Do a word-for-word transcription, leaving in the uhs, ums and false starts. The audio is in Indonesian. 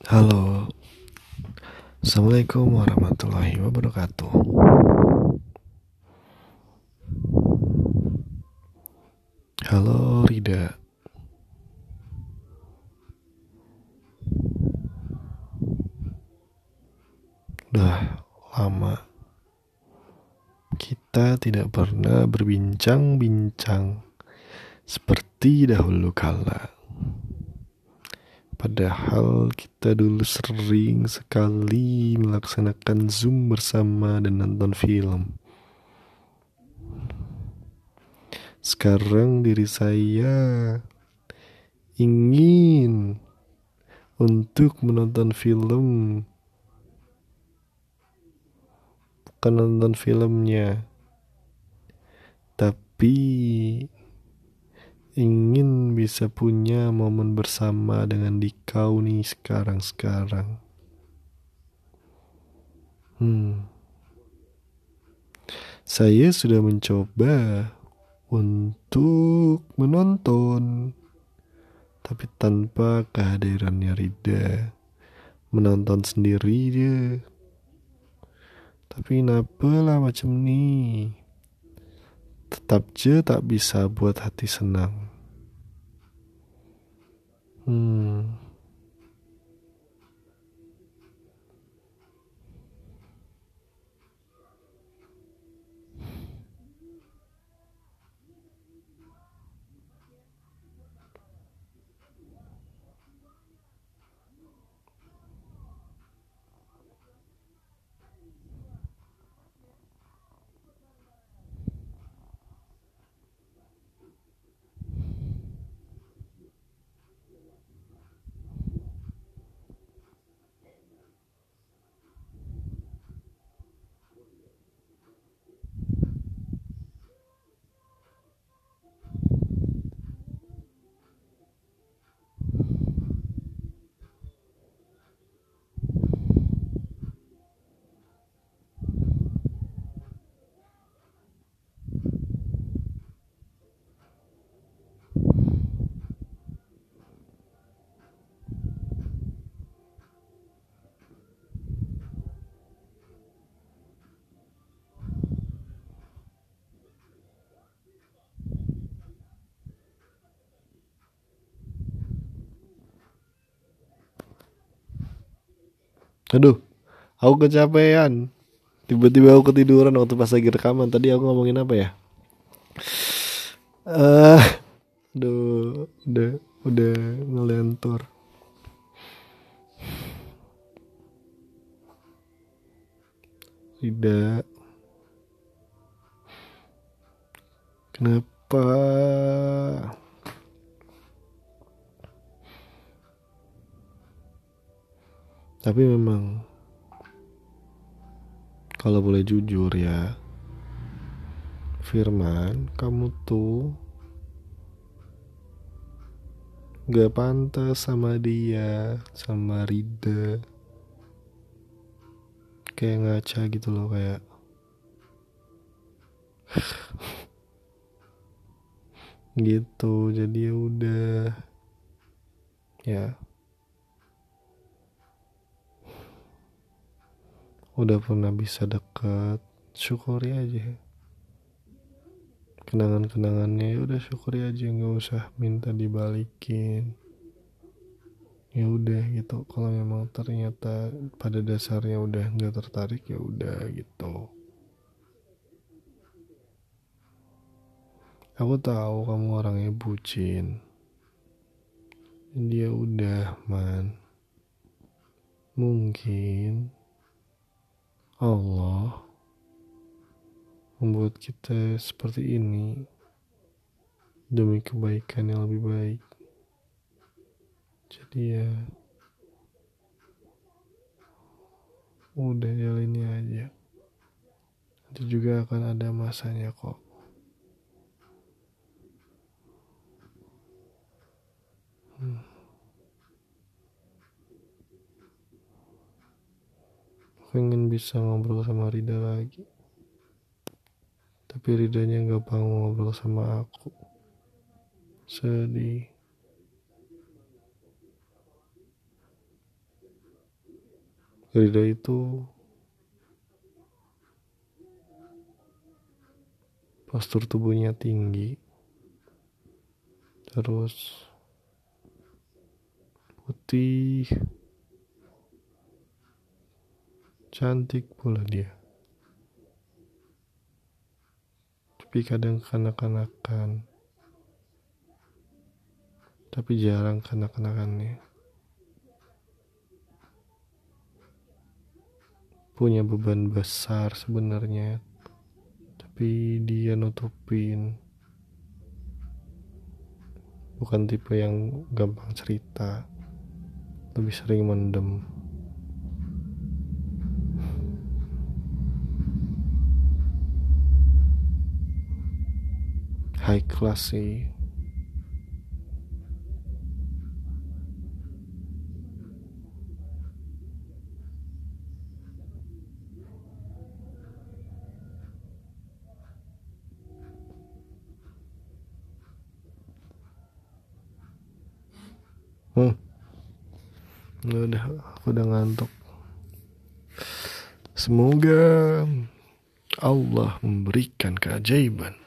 Halo, Assalamualaikum warahmatullahi wabarakatuh. Halo Rida. Udah lama kita tidak pernah berbincang-bincang seperti dahulu kala. Padahal kita dulu sering sekali melaksanakan Zoom bersama dan nonton film. Sekarang diri saya ingin untuk menonton film, bukan nonton filmnya, tapi ingin bisa punya momen bersama dengan dikau nih sekarang-sekarang. Hmm. Saya sudah mencoba untuk menonton, tapi tanpa kehadirannya Rida. Menonton sendiri dia. Tapi kenapa lah macam ni? Tetap je tak bisa buat hati senang. Hmm. Aduh, aku kecapean. Tiba-tiba aku ketiduran waktu pas lagi rekaman. Tadi aku ngomongin apa ya? Eh, uh, aduh, udah, udah ngelentur. Tidak. Kenapa? Tapi memang, kalau boleh jujur ya, Firman, kamu tuh gak pantas sama dia, sama Rida. Kayak ngaca gitu loh, kayak gitu. Jadi ya udah, ya udah pernah bisa dekat, syukuri aja. Kenangan-kenangannya ya udah syukuri aja, nggak usah minta dibalikin. Ya udah gitu. Kalau memang ternyata pada dasarnya udah nggak tertarik, ya udah gitu. Aku tahu kamu orangnya bucin. Dia udah, man. Mungkin Allah membuat kita seperti ini demi kebaikan yang lebih baik. Jadi ya udah jalani aja. Nanti juga akan ada masanya kok. Hmm. Aku ingin bisa ngobrol sama Rida lagi, tapi Ridanya gak mau ngobrol sama aku. Sedih. Ridho itu postur tubuhnya tinggi, terus putih, cantik pula dia. Tapi kadang kanak-kanakan, tapi jarang kanak-kanakannya. Punya beban besar sebenarnya, tapi dia nutupin. Bukan tipe yang gampang cerita, lebih sering mendem. High class sih. Hmm. Udah, aku udah ngantuk. Semoga Allah memberikan keajaiban